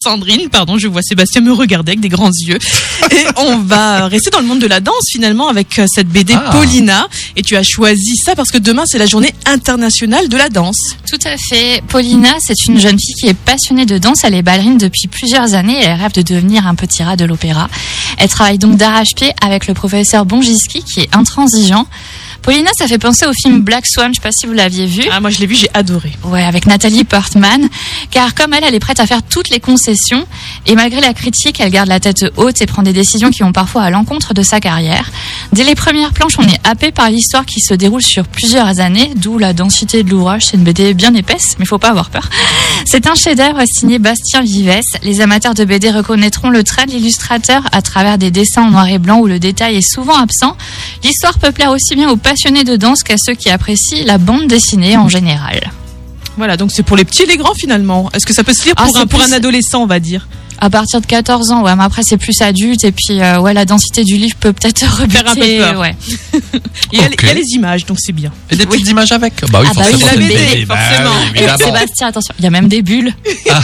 Sandrine, pardon, je vois Sébastien me regarder avec des grands yeux. Et on va rester dans le monde de la danse finalement avec cette BD Paulina. Et tu as choisi ça parce que demain c'est la journée internationale de la danse. Tout à fait. Paulina, c'est une jeune fille qui est passionnée de danse. Elle est ballerine depuis plusieurs années et elle rêve de devenir un petit rat de l'opéra. Elle travaille donc d'arrache-pied avec le professeur Bongiski qui est intransigeant. Paulina, ça fait penser au film Black Swan, je sais pas si vous l'aviez vu. Ah, moi je l'ai vu, j'ai adoré. Ouais, avec Nathalie Portman. Car comme elle est prête à faire toutes les concessions. Et malgré la critique, elle garde la tête haute et prend des décisions qui vont parfois à l'encontre de sa carrière. Dès les premières planches, on est happé par l'histoire qui se déroule sur plusieurs années, d'où la densité de l'ouvrage. C'est une BD bien épaisse, mais faut pas avoir peur. C'est un chef-d'œuvre signé Bastien Vives. Les amateurs de BD reconnaîtront le trait de l'illustrateur à travers des dessins en noir et blanc où le détail est souvent absent. L'histoire peut plaire aussi bien aux passionnés de danse qu'à ceux qui apprécient la bande dessinée en général. Voilà, donc c'est pour les petits et les grands finalement. Est-ce que ça peut se lire pour un adolescent, on va dire? À partir de 14 ans, ouais, mais après c'est plus adulte et puis la densité du livre peut peut-être rebuter. Faire un peu peur. Ouais. Il y a les images, donc c'est bien. Et des petites images avec. Bah oui, forcément. la BD, BD, forcément. Et Sébastien, attention, il y a même des bulles.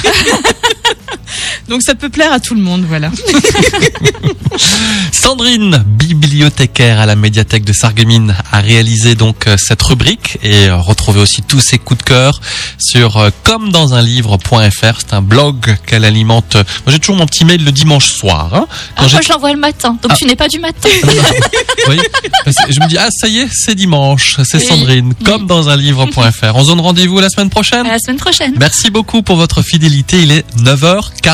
Donc ça peut plaire à tout le monde, voilà. Sandrine, bibliothécaire à la médiathèque de Sarreguemines, a réalisé donc cette rubrique et retrouvez aussi tous ses coups de cœur sur commedansunlivre.fr. C'est un blog qu'elle alimente. Moi j'ai toujours mon petit mail le dimanche soir. Hein, moi je l'envoie le matin, donc tu n'es pas du matin. Oui, je me dis ça y est, c'est dimanche, c'est Sandrine. Commedansunlivre.fr. On se donne rendez-vous la semaine prochaine. À la semaine prochaine. Merci beaucoup pour votre fidélité. Il est 9h40.